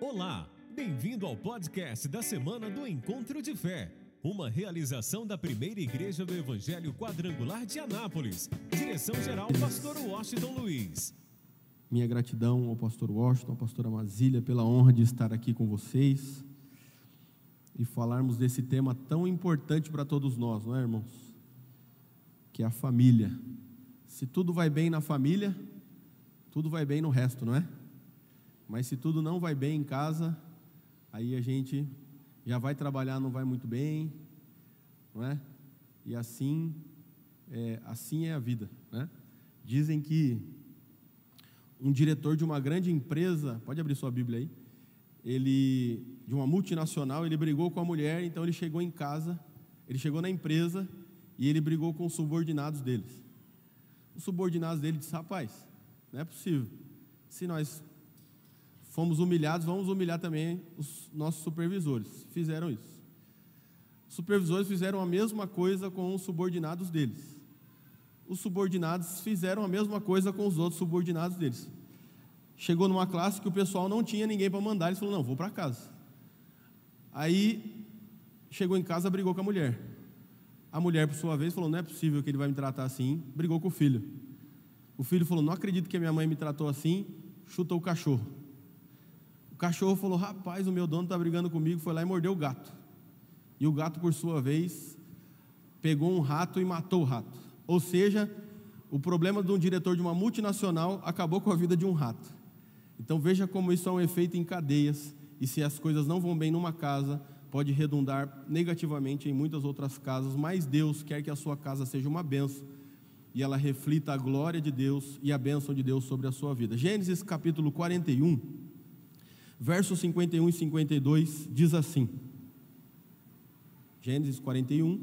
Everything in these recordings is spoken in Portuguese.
Olá, bem-vindo ao podcast da Semana do Encontro de Fé, uma realização da Primeira Igreja do Evangelho Quadrangular de Anápolis. Direção-geral, Pastor Washington Luiz. Minha gratidão ao Pastor Washington, à Pastora Mazília, pela honra de estar aqui com vocês e falarmos desse tema tão importante para todos nós, não é, irmãos? Que é a família. Se tudo vai bem na família, tudo vai bem no resto, não é? Mas se tudo não vai bem em casa, aí a gente já vai trabalhar, não vai muito bem, não é? E assim é a vida, né? Dizem que um diretor de uma grande empresa, pode abrir sua Bíblia aí, de uma multinacional, ele brigou com a mulher, então ele chegou em casa, ele chegou na empresa e ele brigou com os subordinados deles. Os subordinados dele disseram: rapaz, não é possível, se nós fomos humilhados, vamos humilhar também os nossos supervisores. Fizeram isso. Os supervisores fizeram a mesma coisa com os subordinados deles. Os subordinados fizeram a mesma coisa com os outros subordinados deles. Chegou numa classe que o pessoal não tinha ninguém para mandar, eles falaram: não, vou para casa. Aí, chegou em casa, brigou com a mulher. A mulher, por sua vez, falou: não é possível que ele vai me tratar assim. Brigou com o filho. O filho falou: não acredito que a minha mãe me tratou assim. Chutou o cachorro. O cachorro falou: rapaz, o meu dono está brigando comigo. Foi lá e mordeu o gato. E o gato, por sua vez, pegou um rato e matou o rato. Ou seja, o problema de um diretor de uma multinacional acabou com a vida de um rato. Então veja como isso é um efeito em cadeias, e se as coisas não vão bem numa casa, pode redundar negativamente em muitas outras casas, mas Deus quer que a sua casa seja uma bênção, e ela reflita a glória de Deus e a bênção de Deus sobre a sua vida. Gênesis capítulo 41, versos 51 e 52, diz assim. Gênesis 41,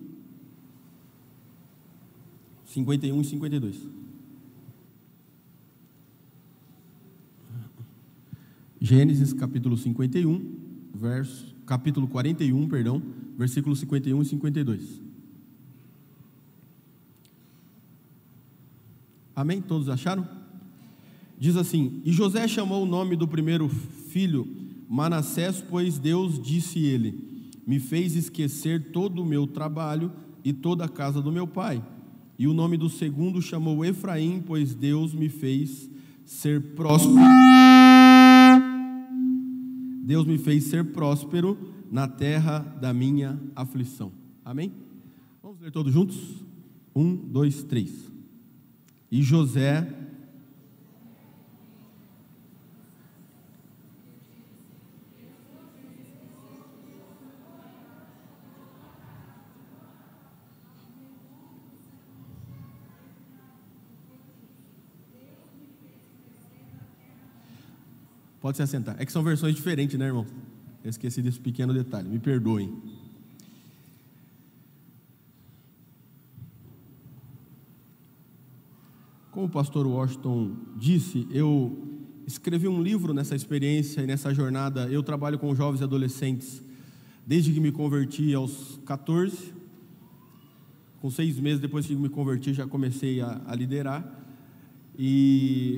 51 e 52. Gênesis capítulo 51, capítulo 41, versículos 51 e 52. Amém? Todos acharam? Diz assim: e José chamou o nome do primeiro filho Manassés, pois Deus, disse ele, me fez esquecer todo o meu trabalho e toda a casa do meu pai. E o nome do segundo chamou Efraim, pois Deus me fez ser próspero. Deus me fez ser próspero na terra da minha aflição. Amém? Vamos ler todos juntos? 1, 2, 3. E José... Pode se assentar. É que são versões diferentes, né, irmão? Eu esqueci desse pequeno detalhe, me perdoem. Como o pastor Washington disse, eu escrevi um livro nessa experiência e nessa jornada. Eu trabalho com jovens e adolescentes desde que me converti aos 14. Com 6 meses depois que me converti, já comecei a liderar. E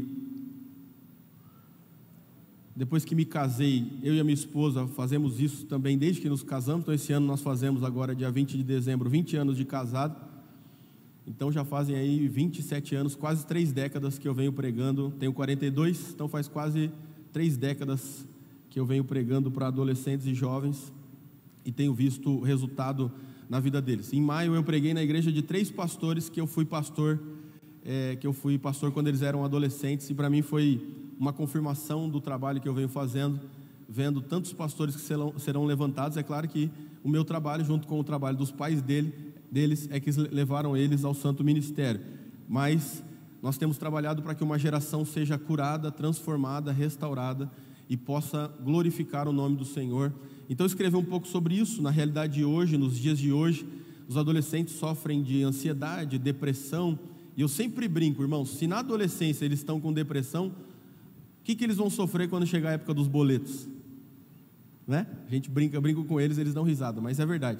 depois que me casei, eu e a minha esposa fazemos isso também desde que nos casamos. Então esse ano nós fazemos agora, dia 20 de dezembro, 20 anos de casado. Então já fazem aí 27 anos, quase 3 décadas que eu venho pregando. Tenho 42, então faz quase 3 décadas que eu venho pregando para adolescentes e jovens e tenho visto o resultado na vida deles. Em maio eu preguei na igreja de 3 pastores que eu fui pastor quando eles eram adolescentes, e para mim foi uma confirmação do trabalho que eu venho fazendo, vendo tantos pastores que serão levantados. É claro que o meu trabalho, junto com o trabalho dos pais deles, é que levaram eles ao santo ministério. Mas nós temos trabalhado para que uma geração seja curada, transformada, restaurada e possa glorificar o nome do Senhor. Então eu escrevi um pouco sobre isso. Na realidade de hoje, nos dias de hoje, os adolescentes sofrem de ansiedade, depressão, e eu sempre brinco, irmãos, se na adolescência eles estão com depressão, o que eles vão sofrer quando chegar a época dos boletos? Né? A gente brinca com eles, eles dão risada, mas é verdade.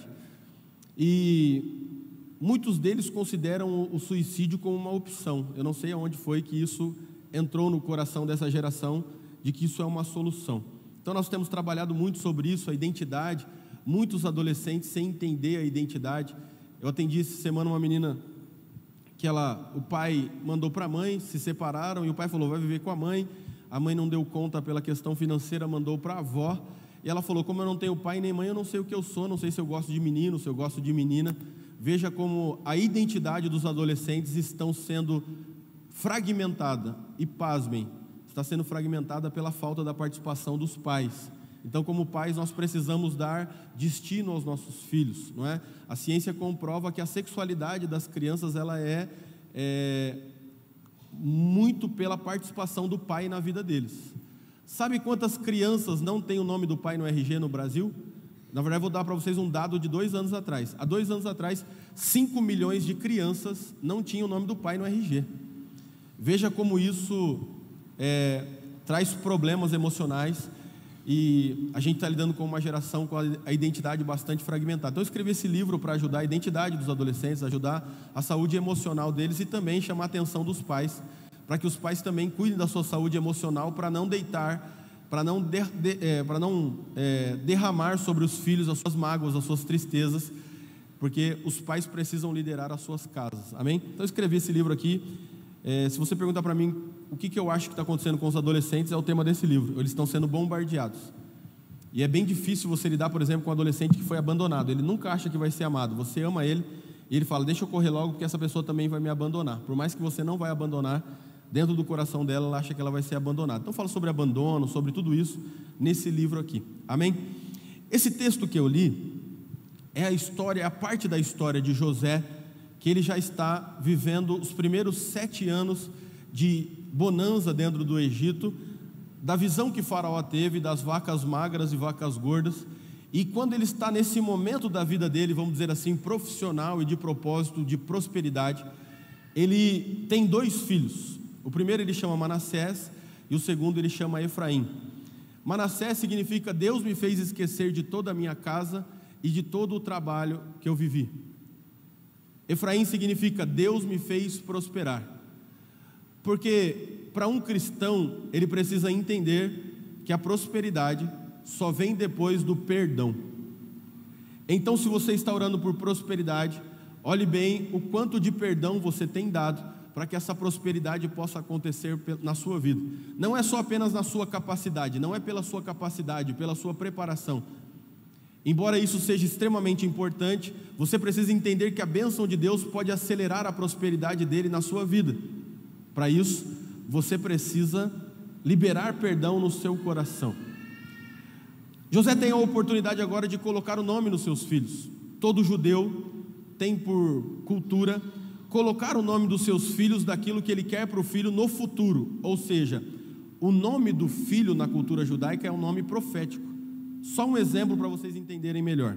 E muitos deles consideram o suicídio como uma opção. Eu não sei aonde foi que isso entrou no coração dessa geração, de que isso é uma solução. Então nós temos trabalhado muito sobre isso, a identidade. Muitos adolescentes sem entender a identidade. Eu atendi essa semana uma menina que o pai mandou para a mãe, se separaram, e o pai falou, vai viver com a mãe não deu conta pela questão financeira, mandou para a avó, e ela falou, como eu não tenho pai nem mãe, eu não sei o que eu sou, não sei se eu gosto de menino, se eu gosto de menina. Veja como a identidade dos adolescentes estão sendo fragmentada, e pasmem, está sendo fragmentada pela falta da participação dos pais. Então, como pais, nós precisamos dar destino aos nossos filhos, não é? A ciência comprova que a sexualidade das crianças, ela é muito pela participação do pai na vida deles. Sabe quantas crianças não têm o nome do pai no RG no Brasil? Na verdade, vou dar para vocês um dado de 2 anos atrás. Há 2 anos atrás, 5 milhões de crianças não tinham o nome do pai no RG. Veja como isso traz problemas emocionais, e a gente está lidando com uma geração com a identidade bastante fragmentada. Então eu escrevi esse livro para ajudar a identidade dos adolescentes, ajudar a saúde emocional deles, e também chamar a atenção dos pais, para que os pais também cuidem da sua saúde emocional, para não derramar sobre os filhos as suas mágoas, as suas tristezas, porque os pais precisam liderar as suas casas, amém? Então eu escrevi esse livro aqui. Se você perguntar para mim o que eu acho que está acontecendo com os adolescentes, é o tema desse livro. Eles estão sendo bombardeados, e é bem difícil você lidar, por exemplo, com um adolescente que foi abandonado. Ele nunca acha que vai ser amado. Você ama ele, e ele fala, deixa eu correr logo, porque essa pessoa também vai me abandonar. Por mais que você não vai abandonar, dentro do coração dela, ela acha que ela vai ser abandonada. Então fala sobre abandono, sobre tudo isso, nesse livro aqui, amém? Esse texto que eu li, é a parte da história de José, que ele já está vivendo os primeiros 7 anos de bonança dentro do Egito, da visão que Faraó teve das vacas magras e vacas gordas. E quando ele está nesse momento da vida dele, vamos dizer assim, profissional e de propósito, de prosperidade, ele tem 2 filhos. O primeiro ele chama Manassés, e o segundo ele chama Efraim. Manassés significa, Deus me fez esquecer de toda a minha casa e de todo o trabalho que eu vivi. Efraim significa, Deus me fez prosperar. Porque para um cristão, ele precisa entender que a prosperidade só vem depois do perdão. Então, se você está orando por prosperidade, olhe bem o quanto de perdão você tem dado, para que essa prosperidade possa acontecer na sua vida. Não é só apenas na sua capacidade, não é pela sua capacidade, pela sua preparação. Embora isso seja extremamente importante, você precisa entender que a bênção de Deus pode acelerar a prosperidade dele na sua vida. Para isso, você precisa liberar perdão no seu coração. José tem a oportunidade agora de colocar o nome nos seus filhos. Todo judeu tem por cultura colocar o nome dos seus filhos daquilo que ele quer para o filho no futuro. Ou seja, o nome do filho na cultura judaica é um nome profético. Só um exemplo para vocês entenderem melhor.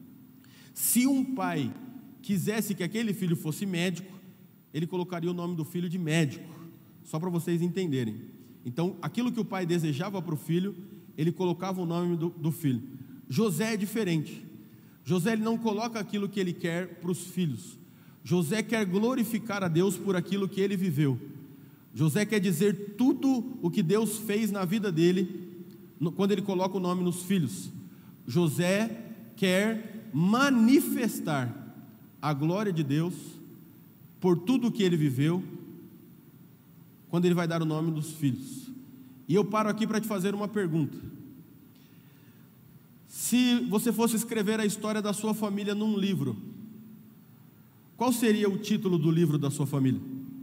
Se um pai quisesse que aquele filho fosse médico, ele colocaria o nome do filho de médico, só para vocês entenderem. Então, aquilo que o pai desejava para o filho, ele colocava o nome do filho. José é diferente. José ele não coloca aquilo que ele quer para os filhos. José quer glorificar a Deus por aquilo que ele viveu. José quer dizer tudo o que Deus fez na vida dele, quando ele coloca o nome nos filhos. José quer manifestar a glória de Deus por tudo o que ele viveu, quando ele vai dar o nome dos filhos. E eu paro aqui para te fazer uma pergunta. Se você fosse escrever a história da sua família num livro, qual seria o título do livro da sua família?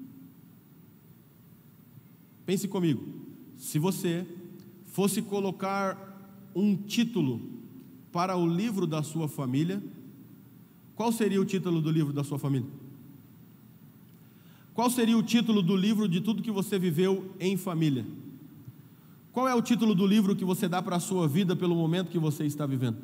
Pense comigo. Se você fosse colocar um título para o livro da sua família, qual seria o título do livro da sua família? Qual seria o título do livro de tudo que você viveu em família? Qual é o título do livro que você dá para a sua vida pelo momento que você está vivendo?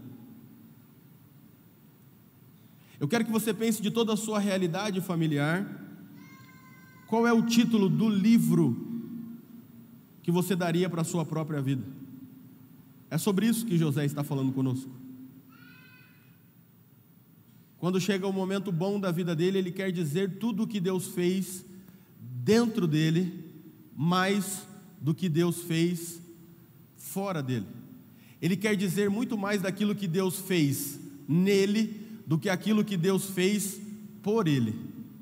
Eu quero que você pense de toda a sua realidade familiar. Qual é o título do livro que você daria para a sua própria vida? É sobre isso que José está falando conosco. Quando chega o momento bom da vida dele, ele quer dizer tudo o que Deus fez dentro dele, mais do que Deus fez fora dele. ele quer dizer muito mais daquilo que Deus fez nele do que aquilo que Deus fez por ele.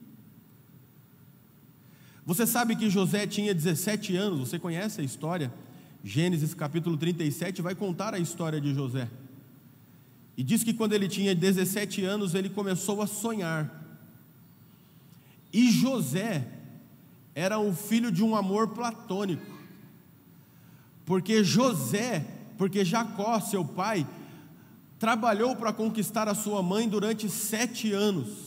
Você sabe que José tinha 17 anos, você conhece a história? Gênesis capítulo 37 vai contar a história de José. E diz que quando ele tinha 17 anos, ele começou a sonhar. E José era o filho de um amor platônico. Porque Jacó, seu pai, trabalhou para conquistar a sua mãe durante 7 anos.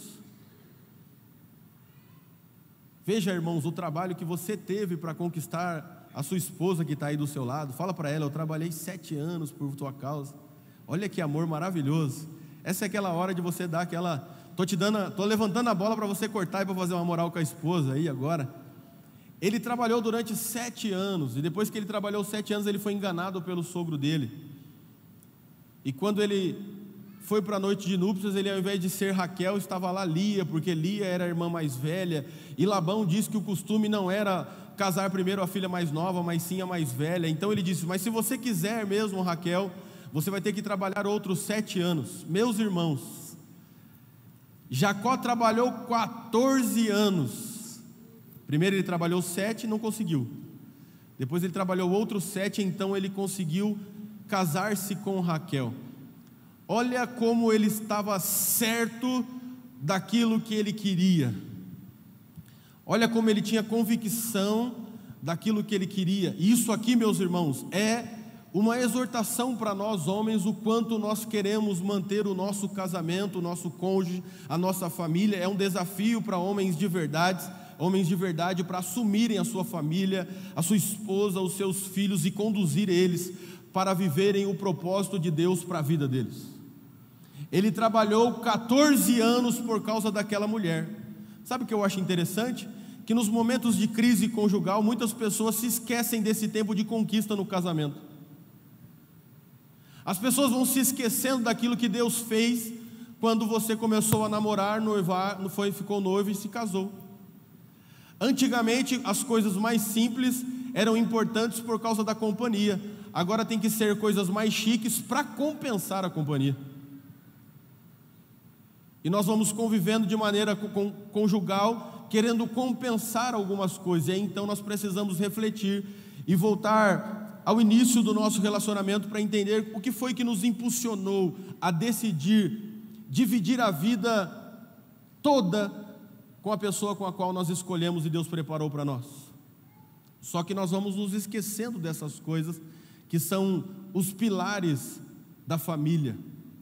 Veja, irmãos, o trabalho que você teve para conquistar a sua esposa que está aí do seu lado. Fala para ela: eu trabalhei 7 anos por tua causa. Olha que amor maravilhoso. Essa é aquela hora de você dar aquela... Estou levantando a bola para você cortar e para fazer uma moral com a esposa aí agora. Ele trabalhou durante 7 anos, e depois que ele trabalhou 7 anos, ele foi enganado pelo sogro dele. E quando ele foi para a noite de núpcias, ele, ao invés de ser Raquel, estava lá Lia, porque Lia era a irmã mais velha, e Labão disse que o costume não era casar primeiro a filha mais nova, mas sim a mais velha. Então ele disse: mas se você quiser mesmo, Raquel, você vai ter que trabalhar outros 7 anos. Meus irmãos, Jacó trabalhou 14 anos. Primeiro ele trabalhou 7 e não conseguiu. Depois ele trabalhou outros 7, então ele conseguiu casar-se com Raquel. Olha como ele estava certo daquilo que ele queria. Olha como ele tinha convicção daquilo que ele queria. Isso aqui, meus irmãos, é uma exortação para nós homens, o quanto nós queremos manter o nosso casamento, o nosso cônjuge, a nossa família. É um desafio para homens de verdade para assumirem a sua família, a sua esposa, os seus filhos e conduzir eles para viverem o propósito de Deus para a vida deles. Ele trabalhou 14 anos por causa daquela mulher. Sabe o que eu acho interessante? Que nos momentos de crise conjugal, muitas pessoas se esquecem desse tempo de conquista no casamento. As pessoas vão se esquecendo daquilo que Deus fez quando você começou a namorar, noivar, ficou noivo e se casou. Antigamente as coisas mais simples eram importantes por causa da companhia. Agora tem que ser coisas mais chiques para compensar a companhia. E nós vamos convivendo de maneira conjugal, querendo compensar algumas coisas. E aí, então nós precisamos refletir e voltar ao início do nosso relacionamento para entender o que foi que nos impulsionou a decidir dividir a vida toda com a pessoa com a qual nós escolhemos e Deus preparou para nós. Só que nós vamos nos esquecendo dessas coisas que são os pilares da família,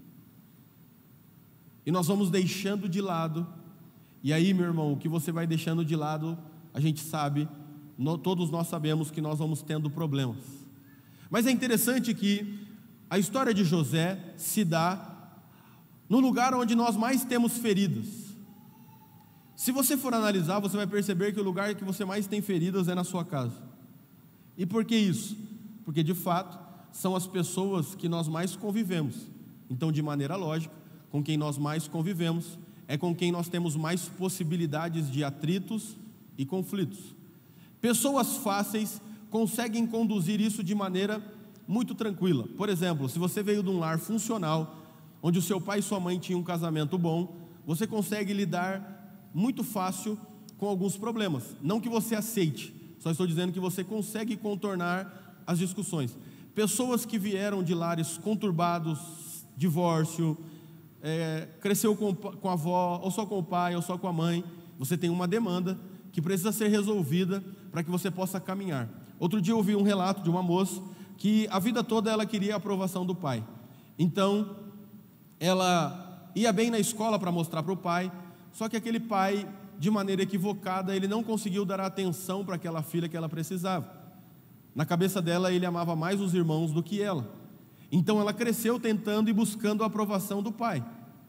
e nós vamos deixando de lado. E aí, meu irmão, o que você vai deixando de lado, a gente sabe, todos nós sabemos que nós vamos tendo problemas. Mas é interessante que a história de José se dá no lugar onde nós mais temos feridas. Se você for analisar, você vai perceber que o lugar que você mais tem feridas é na sua casa. E por que isso? Porque de fato são as pessoas que nós mais convivemos. Então, de maneira lógica, com quem nós mais convivemos é com quem nós temos mais possibilidades de atritos e conflitos. Pessoas fáceis conseguem conduzir isso de maneira muito tranquila. Por exemplo, se você veio de um lar funcional, onde o seu pai e sua mãe tinham um casamento bom, você consegue lidar muito fácil com alguns problemas. Não que você aceite, só estou dizendo que você consegue contornar as discussões. Pessoas que vieram de lares conturbados, divórcio, cresceu com a avó, ou só com o pai, ou só com a mãe, você tem uma demanda que precisa ser resolvida para que você possa caminhar. Outro dia eu ouvi um relato de uma moça que a vida toda ela queria a aprovação do pai. Então, ela ia bem na escola para mostrar para o pai, só que aquele pai, de maneira equivocada, ele não conseguiu dar a atenção para aquela filha que ela precisava. Na cabeça dela, ele amava mais os irmãos do que ela. Então ela cresceu tentando e buscando a aprovação do pai.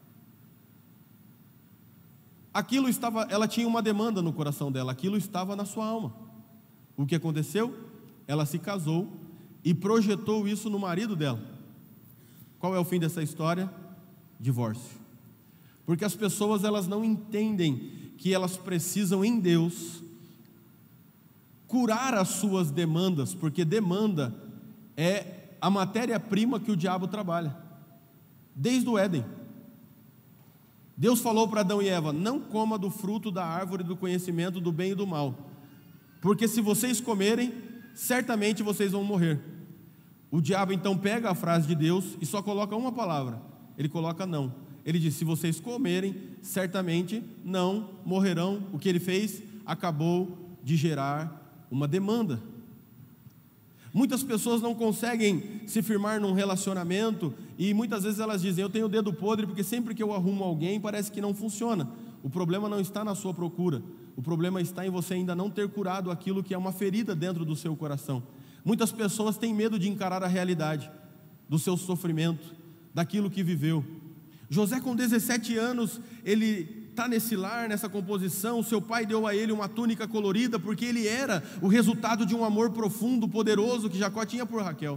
Ela tinha uma demanda no coração dela, aquilo estava na sua alma. O que aconteceu? Ela se casou e projetou isso no marido dela. Qual é o fim dessa história? Divórcio. Porque as pessoas, elas não entendem que elas precisam em Deus curar as suas demandas, porque demanda é a matéria-prima que o diabo trabalha, desde o Éden. Deus falou para Adão e Eva: não coma do fruto da árvore do conhecimento do bem e do mal, porque se vocês comerem, certamente vocês vão morrer. O diabo então pega a frase de Deus e só coloca uma palavra, ele coloca não. Ele diz: se vocês comerem, certamente não morrerão. O que ele fez? Acabou de gerar uma demanda. Muitas pessoas não conseguem se firmar num relacionamento e muitas vezes elas dizem: eu tenho o dedo podre porque sempre que eu arrumo alguém parece que não funciona. O problema não está na sua procura, o problema está em você ainda não ter curado aquilo que é uma ferida dentro do seu coração. Muitas pessoas têm medo de encarar a realidade do seu sofrimento, daquilo que viveu. José, com 17 anos, ele está nesse lar, nessa composição. Seu pai deu a ele uma túnica colorida, porque ele era o resultado de um amor profundo, poderoso, que Jacó tinha por Raquel.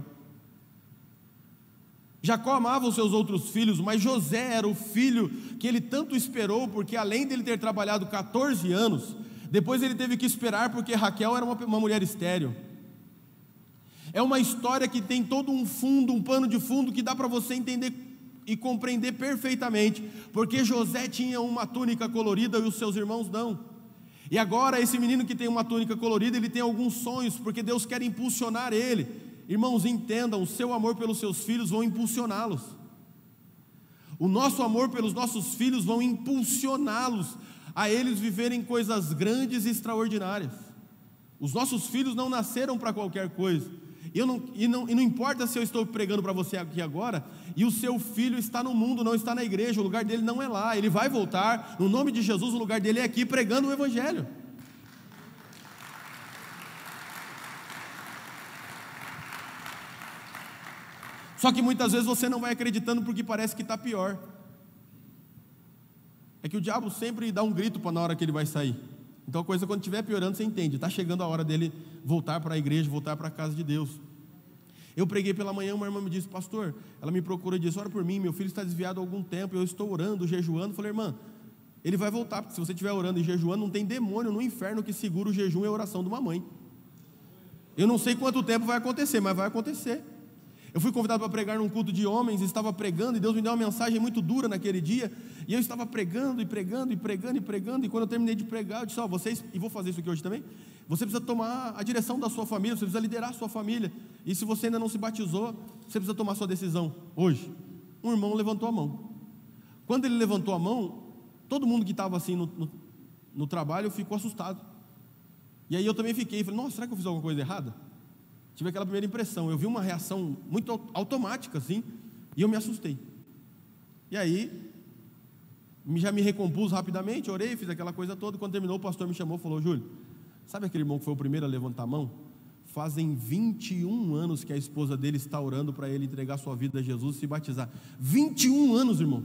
Jacó amava os seus outros filhos, mas José era o filho que ele tanto esperou, porque além dele ter trabalhado 14 anos, depois ele teve que esperar, porque Raquel era uma mulher estéril. É uma história que tem todo um fundo, um pano de fundo, que dá para você entender e compreender perfeitamente, porque José tinha uma túnica colorida e os seus irmãos não. E agora esse menino que tem uma túnica colorida, ele tem alguns sonhos, porque Deus quer impulsionar ele. Irmãos, entendam, o seu amor pelos seus filhos vão impulsioná-los. O nosso amor pelos nossos filhos vão impulsioná-los a eles viverem coisas grandes e extraordinárias. Os nossos filhos não nasceram para qualquer coisa. E não importa se eu estou pregando para você aqui agora, e o seu filho está no mundo, não está na igreja, o lugar dele não é lá, ele vai voltar, no nome de Jesus, o lugar dele é aqui, pregando o Evangelho. Só que muitas vezes você não vai acreditando porque parece que está pior. É que o diabo sempre dá um grito para na hora que ele vai sair. Então a coisa, quando estiver piorando, você entende, está chegando a hora dele voltar para a igreja, voltar para a casa de Deus. Eu preguei pela manhã, uma irmã me disse: pastor, ela me procura e disse: ora por mim, meu filho está desviado há algum tempo, eu estou orando, jejuando. Eu falei: irmã, ele vai voltar, porque se você estiver orando e jejuando, não tem demônio no inferno que segura o jejum e a oração de uma mãe. Eu não sei quanto tempo vai acontecer, mas vai acontecer. Eu fui convidado para pregar num culto de homens, estava pregando, e Deus me deu uma mensagem muito dura naquele dia, e eu estava pregando, e quando eu terminei de pregar, eu disse: vocês, e vou fazer isso aqui hoje também, você precisa tomar a direção da sua família, você precisa liderar a sua família, e se você ainda não se batizou, você precisa tomar a sua decisão hoje. Um irmão levantou a mão. Quando ele levantou a mão, todo mundo que estava assim no trabalho ficou assustado, e aí eu também fiquei, falei: nossa, será que eu fiz alguma coisa errada? Tive aquela primeira impressão, eu vi uma reação muito automática assim, e eu me assustei. E aí, já me recompus rapidamente, orei, fiz aquela coisa toda. Quando terminou, o pastor me chamou e falou: Júlio, sabe aquele irmão que foi o primeiro a levantar a mão? Fazem 21 anos que a esposa dele está orando para ele entregar sua vida a Jesus e se batizar. 21 anos, irmão.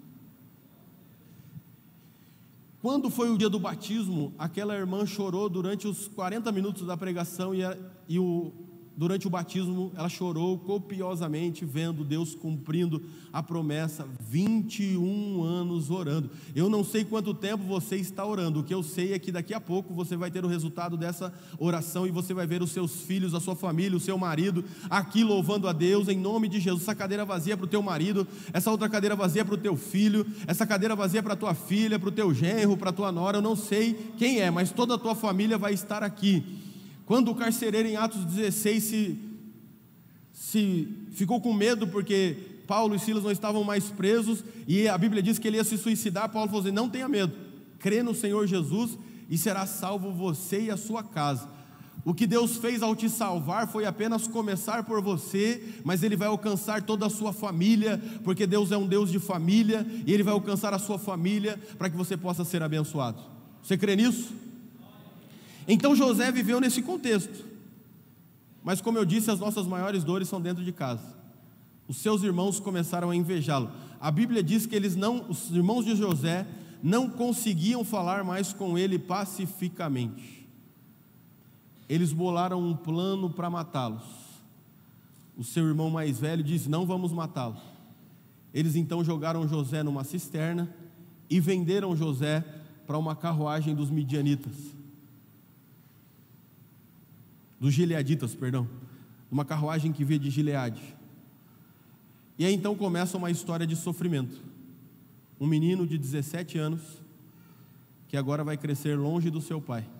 Quando foi o dia do batismo, aquela irmã chorou durante os 40 minutos da pregação durante o batismo, ela chorou copiosamente, vendo Deus cumprindo a promessa. 21 anos orando. Eu não sei quanto tempo você está orando, o que eu sei é que daqui a pouco você vai ter o resultado dessa oração, e você vai ver os seus filhos, a sua família, o seu marido, aqui louvando a Deus, em nome de Jesus. Essa cadeira vazia para o teu marido, essa outra cadeira vazia para o teu filho, essa cadeira vazia para a tua filha, para o teu genro, para a tua nora, eu não sei quem é, mas toda a tua família vai estar aqui. Quando o carcereiro em Atos 16 se ficou com medo porque Paulo e Silas não estavam mais presos, e a Bíblia diz que ele ia se suicidar, Paulo falou assim: não tenha medo, crê no Senhor Jesus e será salvo você e a sua casa. O que Deus fez ao te salvar foi apenas começar por você, mas Ele vai alcançar toda a sua família, porque Deus é um Deus de família, e Ele vai alcançar a sua família para que você possa ser abençoado. Você crê nisso? Então José viveu nesse contexto, mas como eu disse, as nossas maiores dores são dentro de casa. Os seus irmãos começaram a invejá-lo. A Bíblia diz que os irmãos de José não conseguiam falar mais com ele pacificamente. Eles bolaram um plano para matá-los. O seu irmão mais velho disse: não vamos matá-lo. Eles então jogaram José numa cisterna e venderam José para uma carruagem dos midianitas, dos gileaditas, perdão. numa carruagem que via de Gileade. E aí então começa uma história de sofrimento. Um menino de 17 anos, que agora vai crescer longe do seu pai,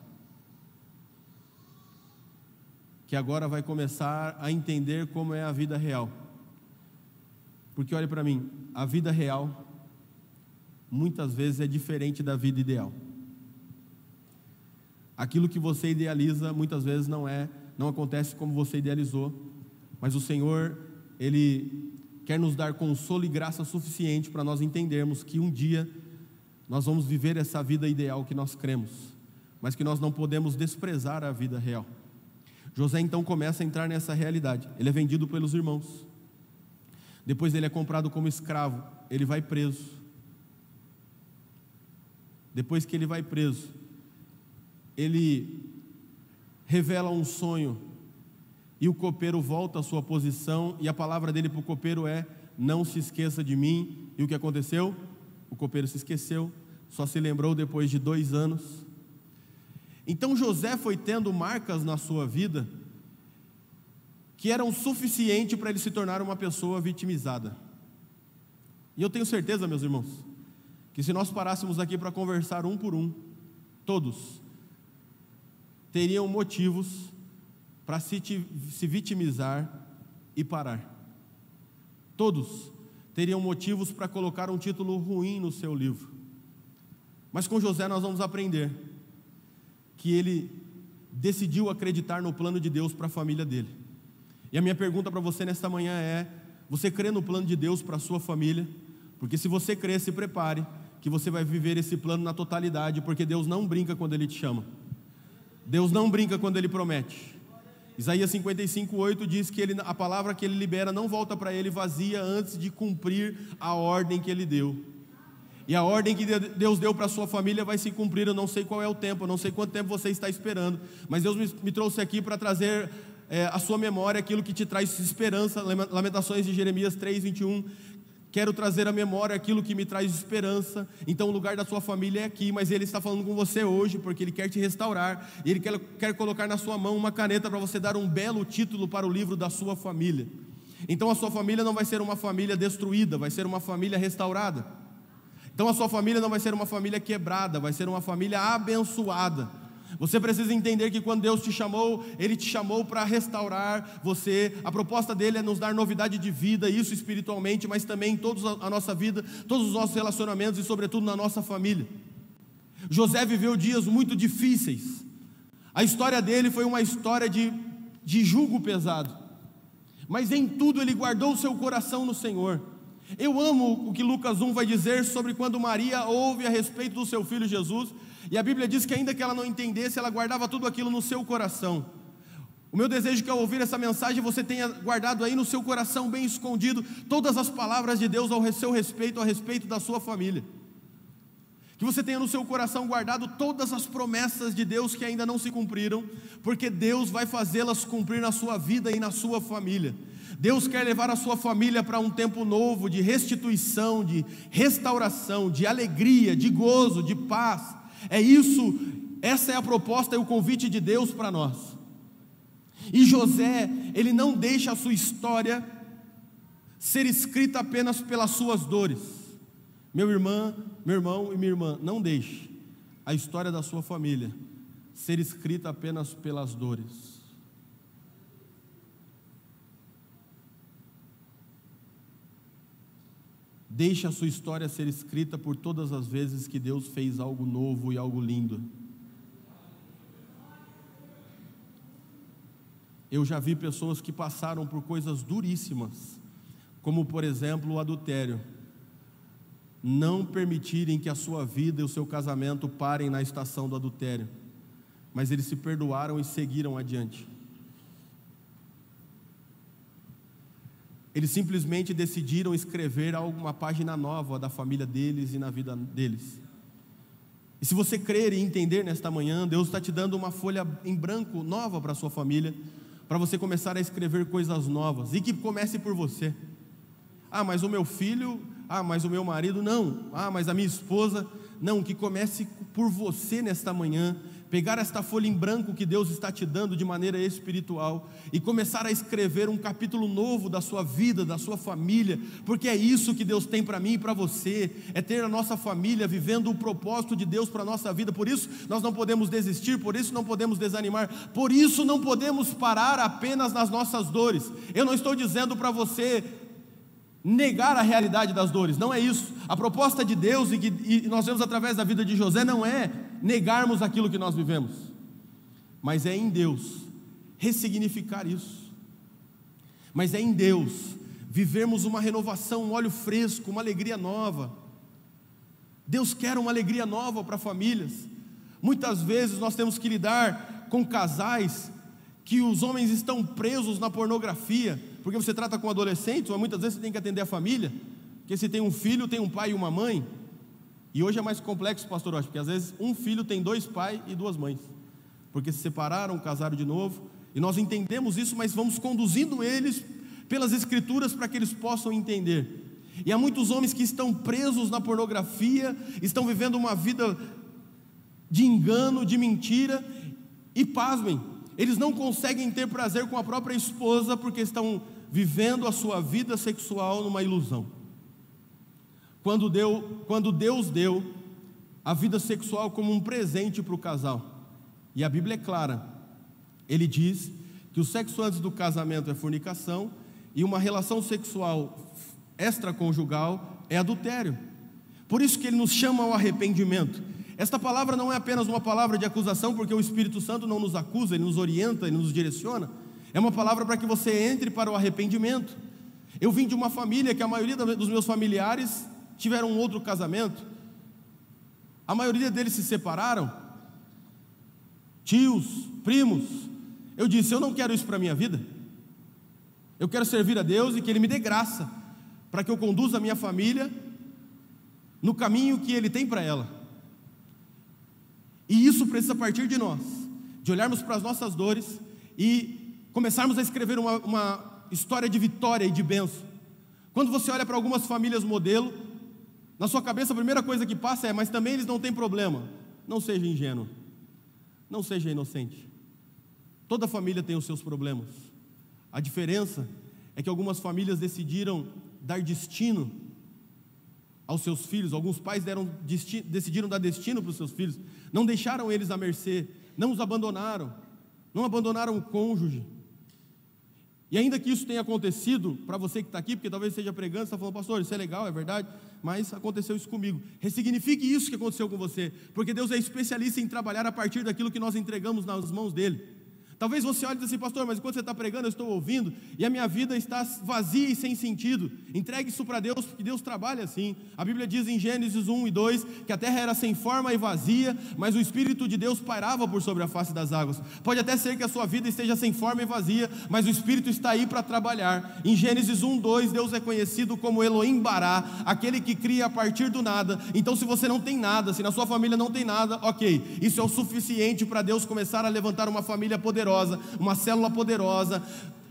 que agora vai começar a entender como é a vida real. Porque olhe para mim, a vida real muitas vezes é diferente da vida ideal. Aquilo que você idealiza muitas vezes não acontece como você idealizou, mas o Senhor, Ele quer nos dar consolo e graça suficiente para nós entendermos que um dia nós vamos viver essa vida ideal que nós cremos, mas que nós não podemos desprezar a vida real. José então começa a entrar nessa realidade. Ele é vendido pelos irmãos, depois ele é comprado como escravo, ele vai preso. Depois que ele vai preso, ele revela um sonho, e o copeiro volta à sua posição, e a palavra dele para o copeiro é: não se esqueça de mim. E o que aconteceu? O copeiro se esqueceu, só se lembrou depois de 2 anos. Então José foi tendo marcas na sua vida que eram suficiente para ele se tornar uma pessoa vitimizada. E eu tenho certeza, meus irmãos, que se nós parássemos aqui para conversar um por um, todos teriam motivos para se vitimizar e parar. Todos teriam motivos para colocar um título ruim no seu livro. Mas com José nós vamos aprender que ele decidiu acreditar no plano de Deus para a família dele. E a minha pergunta para você nesta manhã é: você crê no plano de Deus para a sua família? Porque se você crê, se prepare, que você vai viver esse plano na totalidade, porque Deus não brinca quando Ele te chama. Deus não brinca quando Ele promete. Isaías 55:8 diz que a palavra que Ele libera não volta para Ele vazia antes de cumprir a ordem que Ele deu. E a ordem que Deus deu para a sua família vai se cumprir. Eu não sei qual é o tempo, eu não sei quanto tempo você está esperando, mas Deus me trouxe aqui para trazer à sua memória aquilo que te traz esperança. Lamentações de Jeremias 3:21. Quero trazer à memória aquilo que me traz esperança. Então o lugar da sua família é aqui, mas Ele está falando com você hoje, porque Ele quer te restaurar, e Ele quer colocar na sua mão uma caneta para você dar um belo título para o livro da sua família. Então a sua família não vai ser uma família destruída, vai ser uma família restaurada. Então a sua família não vai ser uma família quebrada, vai ser uma família abençoada. Você precisa entender que quando Deus te chamou, Ele te chamou para restaurar você. A proposta dele é nos dar novidade de vida, isso espiritualmente, mas também em toda a nossa vida, todos os nossos relacionamentos e sobretudo na nossa família. José viveu dias muito difíceis. A história dele foi uma história de jugo pesado, mas em tudo ele guardou o seu coração no Senhor. Eu amo o que Lucas 1 vai dizer sobre quando Maria ouve a respeito do seu filho Jesus. E a Bíblia diz que ainda que ela não entendesse, ela guardava tudo aquilo no seu coração. O meu desejo é que ao ouvir essa mensagem, você tenha guardado aí no seu coração, bem escondido, todas as palavras de Deus ao seu respeito, a respeito da sua família. Que você tenha no seu coração guardado todas as promessas de Deus que ainda não se cumpriram, porque Deus vai fazê-las cumprir na sua vida e na sua família. Deus quer levar a sua família para um tempo novo de restituição, de restauração, de alegria, de gozo, de paz. É isso, essa é a proposta e o convite de Deus para nós. E José, ele não deixa a sua história ser escrita apenas pelas suas dores. Meu irmão e minha irmã, não deixe a história da sua família ser escrita apenas pelas dores. Deixe a sua história ser escrita por todas as vezes que Deus fez algo novo e algo lindo. Eu já vi pessoas que passaram por coisas duríssimas, como por exemplo o adultério, não permitirem que a sua vida e o seu casamento parem na estação do adultério, mas eles se perdoaram e seguiram adiante. Eles simplesmente decidiram escrever uma página nova da família deles e na vida deles. E se você crer e entender nesta manhã, Deus está te dando uma folha em branco nova para a sua família, para você começar a escrever coisas novas, e que comece por você. Ah, mas o meu filho, mas o meu marido, não. Mas a minha esposa, não. Que comece por você nesta manhã, pegar esta folha em branco que Deus está te dando de maneira espiritual e começar a escrever um capítulo novo da sua vida, da sua família, porque é isso que Deus tem para mim e para você, é ter a nossa família vivendo o propósito de Deus para a nossa vida. Por isso nós não podemos desistir, por isso não podemos desanimar, por isso não podemos parar apenas nas nossas dores. Eu não estou dizendo para você negar a realidade das dores, não é isso. A proposta de Deus, e nós vemos através da vida de José, não é negarmos aquilo que nós vivemos, mas é em Deus ressignificar isso, mas é em Deus vivermos uma renovação, um óleo fresco, uma alegria nova. Deus quer uma alegria nova para famílias. Muitas vezes nós temos que lidar com casais que os homens estão presos na pornografia, porque você trata com adolescentes, mas muitas vezes você tem que atender a família, porque se tem um filho, tem um pai e uma mãe, e hoje é mais complexo, pastor Rocha, porque às vezes um filho tem 2 pais e 2 mães, porque se separaram, casaram de novo, e nós entendemos isso, mas vamos conduzindo eles pelas escrituras para que eles possam entender. E há muitos homens que estão presos na pornografia, estão vivendo uma vida de engano, de mentira, e pasmem, eles não conseguem ter prazer com a própria esposa, porque estão vivendo a sua vida sexual numa ilusão. Quando Deus deu a vida sexual como um presente para o casal, e a Bíblia é clara, Ele diz que o sexo antes do casamento é fornicação, e uma relação sexual extraconjugal é adultério. Por isso que Ele nos chama ao arrependimento. Esta palavra não é apenas uma palavra de acusação, porque o Espírito Santo não nos acusa, Ele nos orienta, Ele nos direciona. É uma palavra para que você entre para o arrependimento. Eu vim de uma família que a maioria dos meus familiares tiveram um outro casamento. A maioria deles se separaram. Tios, primos. Eu disse, eu não quero isso para a minha vida. Eu quero servir a Deus e que Ele me dê graça, para que eu conduza a minha família no caminho que Ele tem para ela. E isso precisa partir de nós, de olharmos para as nossas dores e começarmos a escrever uma história de vitória e de bênção. Quando você olha para algumas famílias modelo, na sua cabeça a primeira coisa que passa é, mas também eles não têm problema. Não seja ingênuo, não seja inocente. Toda família tem os seus problemas. A diferença é que algumas famílias decidiram dar destino aos seus filhos. Alguns pais decidiram dar destino para os seus filhos, não deixaram eles à mercê, não os abandonaram, não abandonaram o cônjuge. E ainda que isso tenha acontecido para você que está aqui, porque talvez esteja pregando, você está falando, pastor, isso é legal, é verdade, mas aconteceu isso comigo. Ressignifique isso que aconteceu com você, porque Deus é especialista em trabalhar a partir daquilo que nós entregamos nas mãos dele. Talvez você olhe e diga assim, pastor, mas enquanto você está pregando, eu estou ouvindo, e a minha vida está vazia e sem sentido. Entregue isso para Deus, porque Deus trabalha assim. A Bíblia diz em Gênesis 1 e 2, que a terra era sem forma e vazia, mas o Espírito de Deus pairava por sobre a face das águas. Pode até ser que a sua vida esteja sem forma e vazia, mas o Espírito está aí para trabalhar. Em Gênesis 1, 2, Deus é conhecido como Elohim Bará, aquele que cria a partir do nada. Então se você não tem nada, se na sua família não tem nada, ok, isso é o suficiente para Deus começar a levantar uma família poderosa, uma célula poderosa,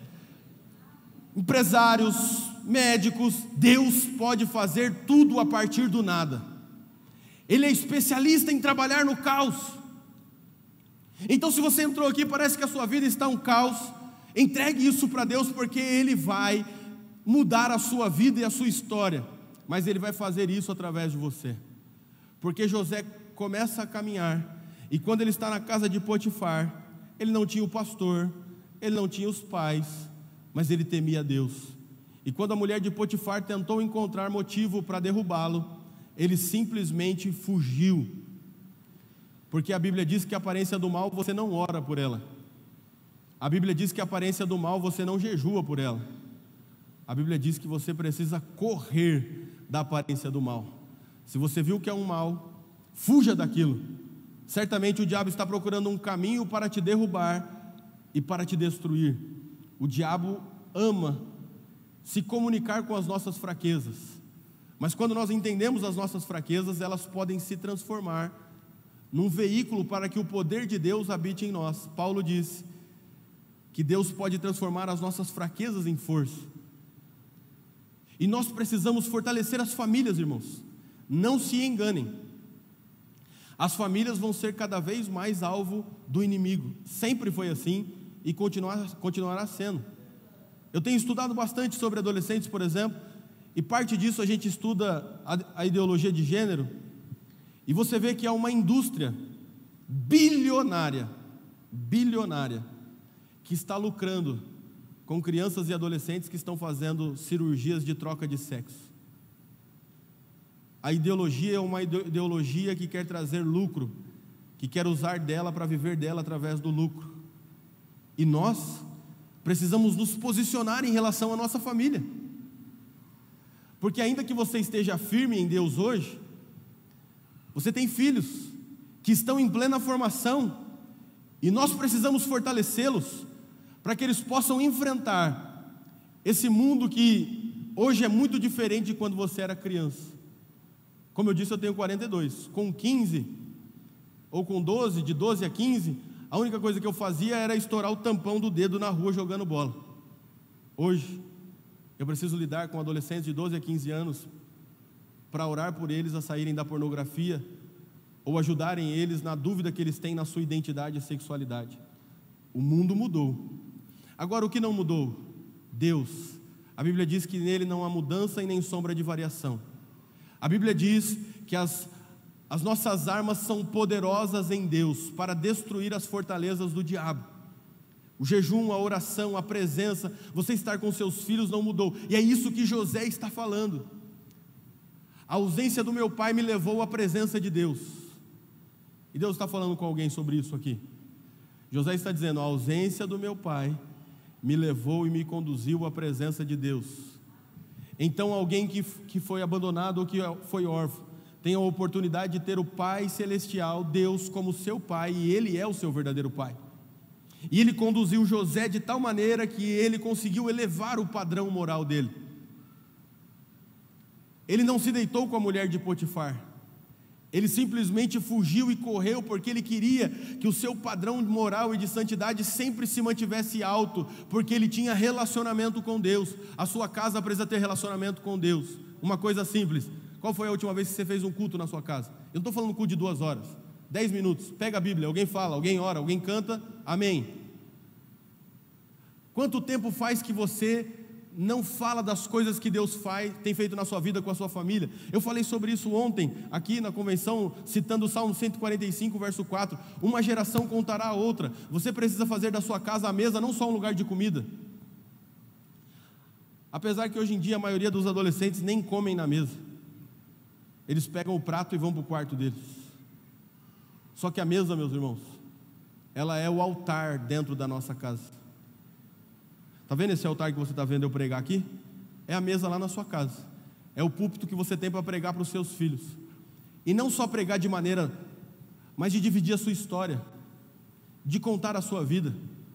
empresários, médicos. Deus pode fazer tudo a partir do nada. Ele é especialista em trabalhar no caos. Então se você entrou aqui e parece que a sua vida está um caos, entregue isso para Deus, porque Ele vai mudar a sua vida e a sua história, mas Ele vai fazer isso através de você. Porque José começa a caminhar, e quando ele está na casa de Potifar, ele não tinha o pastor, ele não tinha os pais, mas ele temia Deus. E quando a mulher de Potifar tentou encontrar motivo para derrubá-lo, ele simplesmente fugiu. Porque a Bíblia diz que a aparência do mal você não ora por ela. A Bíblia diz que a aparência do mal você não jejua por ela. A Bíblia diz que você precisa correr da aparência do mal. Se você viu que é um mal, fuja daquilo. Certamente o diabo está procurando um caminho para te derrubar e para te destruir. O diabo ama se comunicar com as nossas fraquezas, mas quando nós entendemos as nossas fraquezas, elas podem se transformar num veículo para que o poder de Deus habite em nós. Paulo diz que Deus pode transformar as nossas fraquezas em força, e nós precisamos fortalecer as famílias, irmãos. Não se enganem. As famílias vão ser cada vez mais alvo do inimigo. Sempre foi assim e continuará sendo. Eu tenho estudado bastante sobre adolescentes, por exemplo, e parte disso a gente estuda a ideologia de gênero, e você vê que há uma indústria bilionária, que está lucrando com crianças e adolescentes que estão fazendo cirurgias de troca de sexo. A ideologia é uma ideologia que quer trazer lucro, que quer usar dela para viver dela através do lucro. E nós precisamos nos posicionar em relação à nossa família. Porque ainda que você esteja firme em Deus hoje, você tem filhos que estão em plena formação, e nós precisamos fortalecê-los para que eles possam enfrentar esse mundo que hoje é muito diferente de quando você era criança. Como eu disse, eu tenho 42. Com 15 ou com 12, de 12 a 15, a única coisa que eu fazia era estourar o tampão do dedo na rua jogando bola. Hoje, eu preciso lidar com adolescentes de 12 a 15 anos para orar por eles a saírem da pornografia ou ajudarem eles na dúvida que eles têm na sua identidade e sexualidade. O mundo mudou. Agora, o que não mudou? Deus. A Bíblia diz que nele não há mudança e nem sombra de variação. A Bíblia diz que as nossas armas são poderosas em Deus para destruir as fortalezas do diabo. O jejum, a oração, a presença, você estar com seus filhos não mudou. E é isso que José está falando. A ausência do meu pai me levou à presença de Deus. E Deus está falando com alguém sobre isso aqui. José está dizendo: a ausência do meu pai me levou e me conduziu à presença de Deus. Então alguém que foi abandonado ou que foi órfão tem a oportunidade de ter o Pai Celestial, Deus, como seu Pai, e Ele é o seu verdadeiro Pai. E Ele conduziu José de tal maneira que ele conseguiu elevar o padrão moral dele. Ele não se deitou com a mulher de Potifar, ele simplesmente fugiu e correu, porque ele queria que o seu padrão moral e de santidade sempre se mantivesse alto, porque ele tinha relacionamento com Deus. A sua casa precisa ter relacionamento com Deus. Uma coisa simples: qual foi a última vez que você fez um culto na sua casa? Eu não estou falando culto de 2 horas, 10 minutos, pega a Bíblia, alguém fala, alguém ora, alguém canta, amém. Quanto tempo faz que você não fala das coisas que Deus tem feito na sua vida com a sua família? Eu falei sobre isso ontem, aqui na convenção, citando o Salmo 145, verso 4, uma geração contará a outra. Você precisa fazer da sua casa a mesa, não só um lugar de comida. Apesar que hoje em dia a maioria dos adolescentes nem comem na mesa, eles pegam o prato e vão para o quarto deles. Só que a mesa, meus irmãos, ela é o altar dentro da nossa casa. Está vendo esse altar que você está vendo eu pregar aqui? É a mesa lá na sua casa. É o púlpito que você tem para pregar para os seus filhos. E não só pregar de maneira, mas de dividir a sua história, de contar a sua vida.